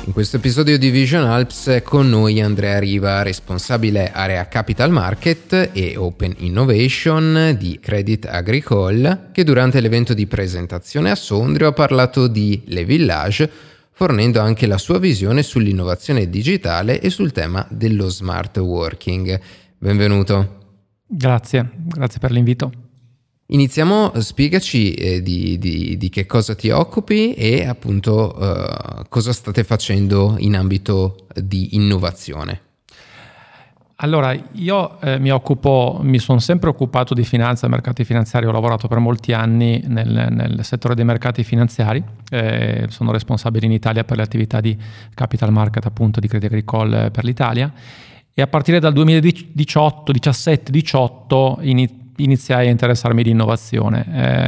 In questo episodio di Vision Alps è con noi Andrea Riva, responsabile area Capital Market e Open Innovation di Crédit Agricole, che durante l'evento di presentazione a Sondrio ha parlato di Le Village, fornendo anche la sua visione sull'innovazione digitale e sul tema dello smart working. Benvenuto. Grazie per l'invito. Iniziamo, spiegaci di che cosa ti occupi e appunto cosa state facendo in ambito di innovazione. Allora, io mi sono sempre occupato di finanza e mercati finanziari, ho lavorato per molti anni nel settore dei mercati finanziari, sono responsabile in Italia per le attività di capital market appunto di Crédit Agricole per l'Italia, e a partire dal 2017-18 iniziai a interessarmi di innovazione,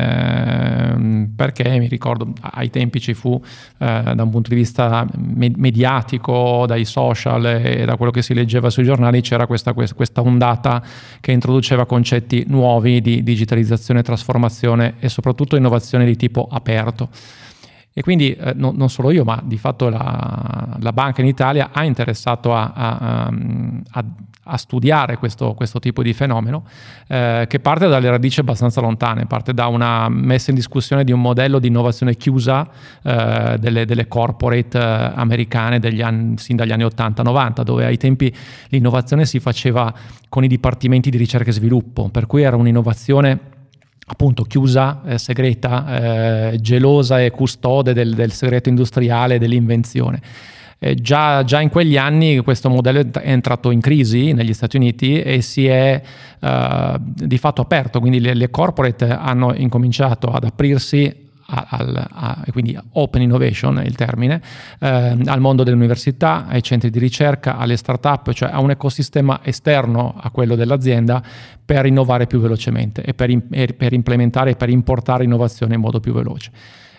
perché mi ricordo ai tempi ci fu da un punto di vista mediatico, dai social e da quello che si leggeva sui giornali, c'era questa ondata che introduceva concetti nuovi di digitalizzazione, trasformazione e soprattutto innovazione di tipo aperto. E quindi non solo io, ma di fatto la banca in Italia ha interessato a studiare questo tipo di fenomeno, che parte dalle radici abbastanza lontane, parte da una messa in discussione di un modello di innovazione chiusa delle corporate americane sin dagli anni 80-90, dove ai tempi l'innovazione si faceva con i dipartimenti di ricerca e sviluppo, per cui era un'innovazione appunto chiusa, segreta, gelosa e custode del segreto industriale, dell'invenzione. Già in quegli anni questo modello è entrato in crisi negli Stati Uniti e si è di fatto aperto, quindi le corporate hanno incominciato ad aprirsi quindi Open Innovation è il termine, al mondo delle università, ai centri di ricerca, alle start-up, cioè a un ecosistema esterno a quello dell'azienda per innovare più velocemente e per implementare e per importare innovazione in modo più veloce.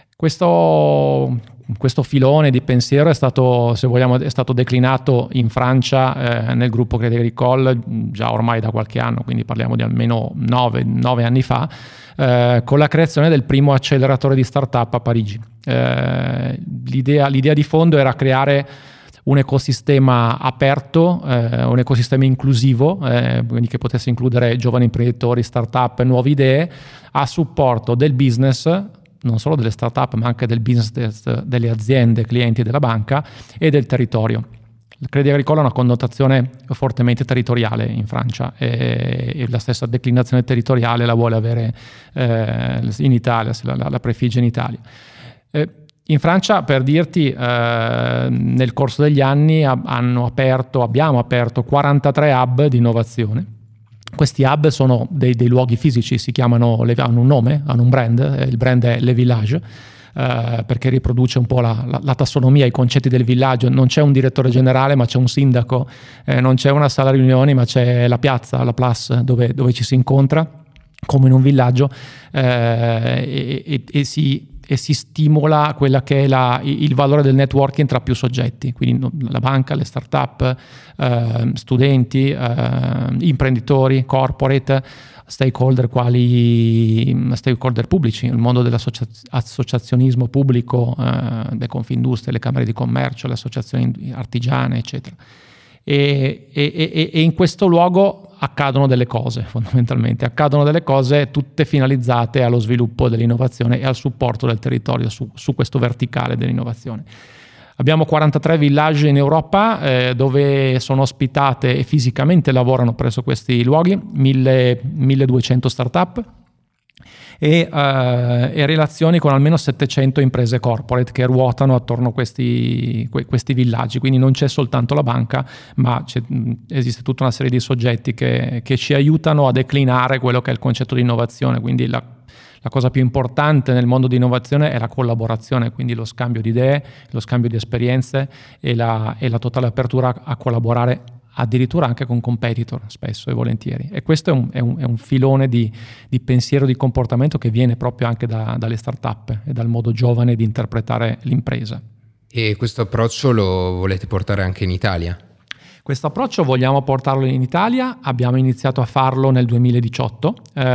Questo filone di pensiero è stato, se vogliamo, è stato declinato in Francia nel gruppo Crédit Agricole già ormai da qualche anno, quindi parliamo di almeno 9 anni fa, con la creazione del primo acceleratore di startup a Parigi. L'idea di fondo era creare un ecosistema aperto, un ecosistema inclusivo, quindi che potesse includere giovani imprenditori, startup, nuove idee, a supporto del business, non solo delle start-up ma anche del business delle aziende clienti della banca e del territorio. Il Crédit Agricole ha una connotazione fortemente territoriale in Francia e la stessa declinazione territoriale la vuole avere in Italia, la prefigge in Italia. In Francia, per dirti, nel corso degli anni abbiamo aperto 43 hub di innovazione. Questi hub sono dei luoghi fisici, hanno un nome, hanno un brand, il brand è Le Village, perché riproduce un po' la tassonomia, i concetti del villaggio. Non c'è un direttore generale ma c'è un sindaco, non c'è una sala riunioni ma c'è la piazza, la place dove ci si incontra come in un villaggio, e si stimola quella che è il valore del networking tra più soggetti, quindi la banca, le start-up, studenti, imprenditori, corporate, stakeholder pubblici, il mondo dell'associazionismo pubblico, le Confindustrie, le camere di commercio, le associazioni artigiane, eccetera. E in questo luogo accadono delle cose, fondamentalmente accadono delle cose tutte finalizzate allo sviluppo dell'innovazione e al supporto del territorio su questo verticale dell'innovazione. Abbiamo 43 village in Europa dove sono ospitate e fisicamente lavorano presso questi luoghi 1200 startup e relazioni con almeno 700 imprese corporate che ruotano attorno a questi villaggi. Quindi non c'è soltanto la banca, ma esiste tutta una serie di soggetti che ci aiutano a declinare quello che è il concetto di innovazione. Quindi la cosa più importante nel mondo di innovazione è la collaborazione, quindi lo scambio di idee, lo scambio di esperienze e la totale apertura a collaborare addirittura anche con competitor, spesso e volentieri. E questo è un filone di pensiero, di comportamento che viene proprio anche dalle start-up e dal modo giovane di interpretare l'impresa. E questo approccio lo volete portare anche in Italia? Questo approccio vogliamo portarlo in Italia, abbiamo iniziato a farlo nel 2018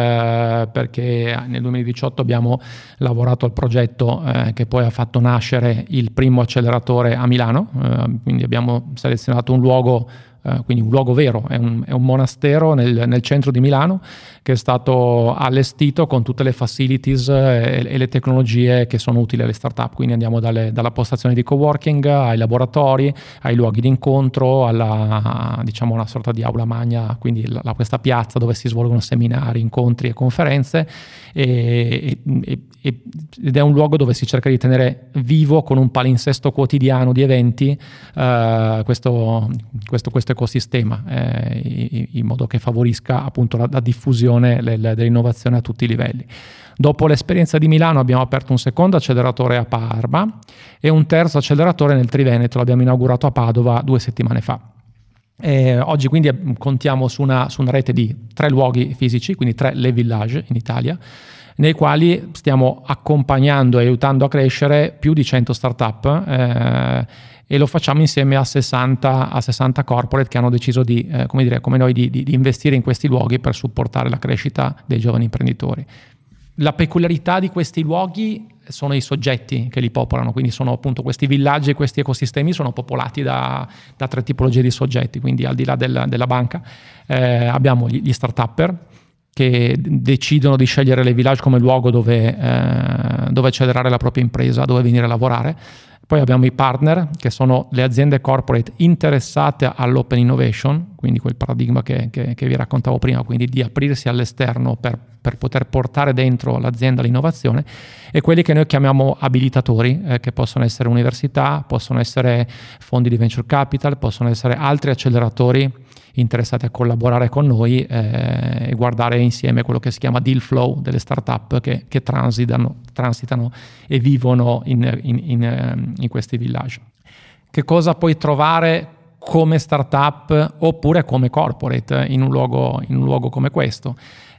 perché nel 2018 abbiamo lavorato al progetto che poi ha fatto nascere il primo acceleratore a Milano, quindi abbiamo selezionato un luogo, quindi un luogo vero, è un monastero nel centro di Milano che è stato allestito con tutte le facilities e le tecnologie che sono utili alle startup, quindi andiamo dalla postazione di coworking ai laboratori, ai luoghi di incontro, alla, diciamo, una sorta di aula magna, quindi questa piazza dove si svolgono seminari, incontri e conferenze, ed è un luogo dove si cerca di tenere vivo con un palinsesto quotidiano di eventi questo ecosistema in modo che favorisca appunto la diffusione dell'innovazione a tutti i livelli. Dopo l'esperienza di Milano abbiamo aperto un secondo acceleratore a Parma e un terzo acceleratore nel Triveneto, l'abbiamo inaugurato a Padova 2 settimane fa. Oggi quindi contiamo su una rete di 3 luoghi fisici, quindi 3 Le Village in Italia, nei quali stiamo accompagnando e aiutando a crescere più di 100 startup e lo facciamo insieme a 60 corporate che hanno deciso di, come noi, di investire in questi luoghi per supportare la crescita dei giovani imprenditori. La peculiarità di questi luoghi sono i soggetti che li popolano, quindi sono appunto questi villaggi e questi ecosistemi sono popolati da 3 tipologie di soggetti, quindi al di là della banca abbiamo gli start-upper che decidono di scegliere Le Village come luogo dove accelerare la propria impresa, dove venire a lavorare. Poi abbiamo i partner, che sono le aziende corporate interessate all'open innovation, quindi quel paradigma che vi raccontavo prima, quindi di aprirsi all'esterno per poter portare dentro l'azienda l'innovazione, e quelli che noi chiamiamo abilitatori, che possono essere università, possono essere fondi di venture capital, possono essere altri acceleratori interessati a collaborare con noi e guardare insieme quello che si chiama deal flow delle startup che transitano e vivono in questi village. Che cosa puoi trovare come startup oppure come corporate in un luogo come questo?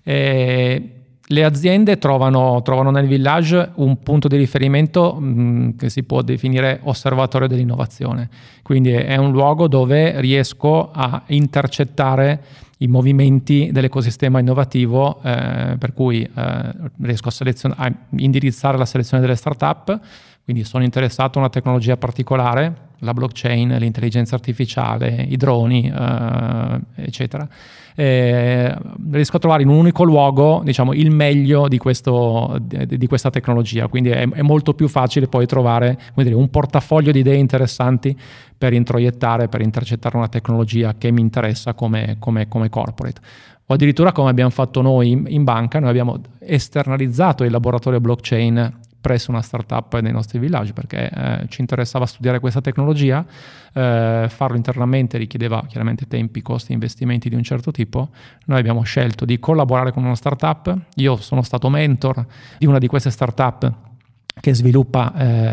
Le aziende trovano nel village un punto di riferimento che si può definire osservatorio dell'innovazione, quindi è un luogo dove riesco a intercettare i movimenti dell'ecosistema innovativo, per cui riesco a indirizzare la selezione delle startup, quindi sono interessato a una tecnologia particolare, la blockchain, l'intelligenza artificiale, i droni, eccetera. Riesco a trovare in un unico luogo, diciamo, il meglio di questa tecnologia, quindi è molto più facile poi trovare, come dire, un portafoglio di idee interessanti per introiettare, per intercettare una tecnologia che mi interessa come corporate. O addirittura, come abbiamo fatto noi in banca, noi abbiamo esternalizzato il laboratorio blockchain presso una startup nei nostri village perché ci interessava studiare questa tecnologia. Farlo internamente richiedeva chiaramente tempi, costi, investimenti di un certo tipo. Noi abbiamo scelto di collaborare con una startup. Io sono stato mentor di una di queste startup che sviluppa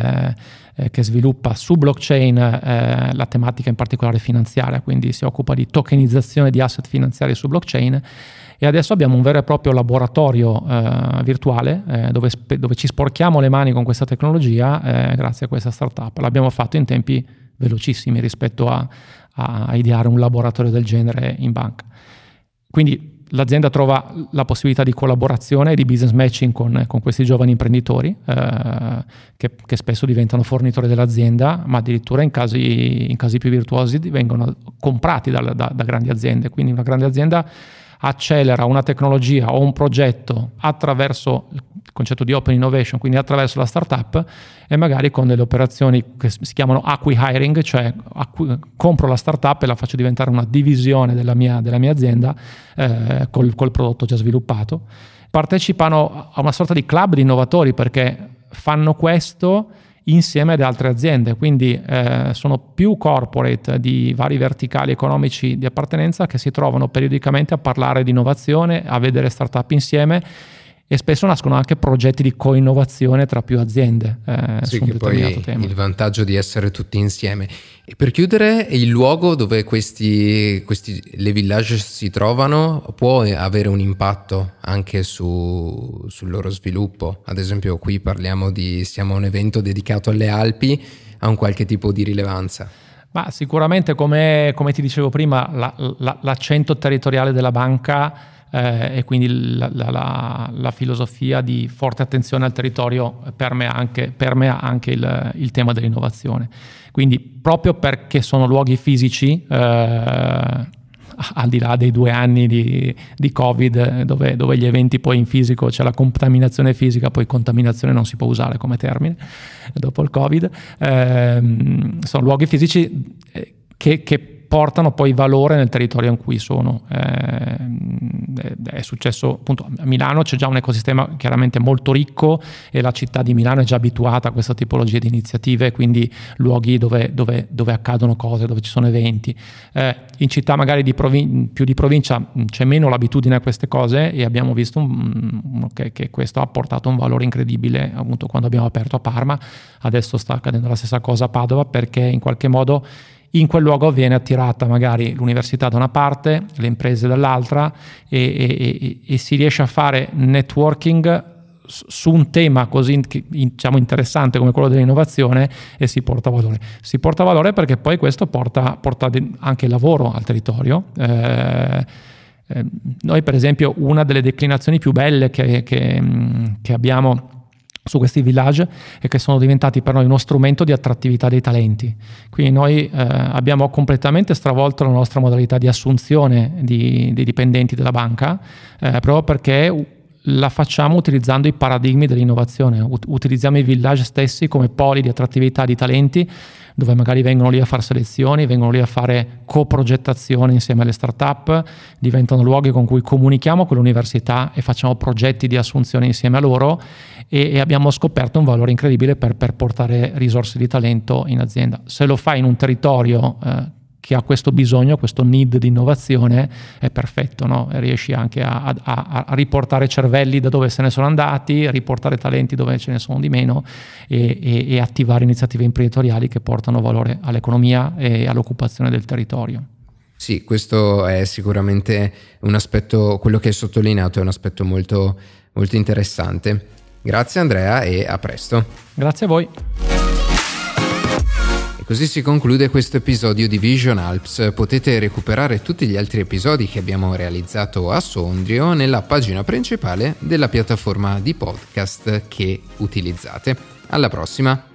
su blockchain la tematica in particolare finanziaria, quindi si occupa di tokenizzazione di asset finanziari su blockchain. E adesso abbiamo un vero e proprio laboratorio virtuale dove ci sporchiamo le mani con questa tecnologia grazie a questa startup. L'abbiamo fatto in tempi velocissimi rispetto a ideare un laboratorio del genere in banca. Quindi l'azienda trova la possibilità di collaborazione e di business matching con questi giovani imprenditori che spesso diventano fornitori dell'azienda, ma addirittura in casi più virtuosi vengono comprati da grandi aziende. Quindi una grande azienda accelera una tecnologia o un progetto attraverso il concetto di open innovation, quindi attraverso la startup, e magari con delle operazioni che si chiamano acqui-hiring, cioè compro la startup e la faccio diventare una divisione della mia azienda col prodotto già sviluppato. Partecipano a una sorta di club di innovatori perché fanno questo insieme ad altre aziende, quindi sono più corporate di vari verticali economici di appartenenza che si trovano periodicamente a parlare di innovazione, a vedere startup insieme, e spesso nascono anche progetti di co-innovazione tra più aziende su un determinato tema. Il vantaggio di essere tutti insieme. E per chiudere, il luogo dove questi Le Village si trovano può avere un impatto anche sul loro sviluppo. Ad esempio qui siamo a un evento dedicato alle Alpi, ha un qualche tipo di rilevanza? Ma sicuramente, come ti dicevo prima, l'accento territoriale della banca e quindi la filosofia di forte attenzione al territorio permea anche il tema dell'innovazione. Quindi proprio perché sono luoghi fisici, al di là dei 2 anni di Covid, dove gli eventi poi in fisico c'è la contaminazione fisica, poi contaminazione non si può usare come termine dopo il Covid, sono luoghi fisici che portano poi valore nel territorio in cui sono. È successo appunto a Milano, c'è già un ecosistema chiaramente molto ricco e la città di Milano è già abituata a questa tipologia di iniziative, quindi luoghi dove accadono cose, dove ci sono eventi. In città magari più di provincia c'è meno l'abitudine a queste cose, e abbiamo visto che questo ha portato un valore incredibile appunto quando abbiamo aperto a Parma. Adesso sta accadendo la stessa cosa a Padova, perché in qualche modo in quel luogo viene attirata magari l'università da una parte, le imprese dall'altra, e si riesce a fare networking su un tema così, diciamo, interessante come quello dell'innovazione, e si porta valore. Si porta valore perché poi questo porta anche lavoro al territorio. Noi per esempio, una delle declinazioni più belle che abbiamo su questi village e che sono diventati per noi uno strumento di attrattività dei talenti. Quindi noi abbiamo completamente stravolto la nostra modalità di assunzione dei dipendenti della banca, proprio perché la facciamo utilizzando i paradigmi dell'innovazione. Utilizziamo i village stessi come poli di attrattività di talenti, dove magari vengono lì a fare selezioni, vengono lì a fare coprogettazione insieme alle start-up, diventano luoghi con cui comunichiamo con l'università e facciamo progetti di assunzione insieme a loro, e abbiamo scoperto un valore incredibile per portare risorse di talento in azienda. Se lo fai in un territorio che ha questo bisogno, questo need di innovazione, è perfetto, no? Riesci anche a riportare cervelli da dove se ne sono andati, a riportare talenti dove ce ne sono di meno, e attivare iniziative imprenditoriali che portano valore all'economia e all'occupazione del territorio. Sì, questo è sicuramente un aspetto, quello che hai sottolineato è un aspetto molto, molto interessante. Grazie Andrea e a presto. Grazie a voi. Così si conclude questo episodio di Vision Alps. Potete recuperare tutti gli altri episodi che abbiamo realizzato a Sondrio nella pagina principale della piattaforma di podcast che utilizzate. Alla prossima!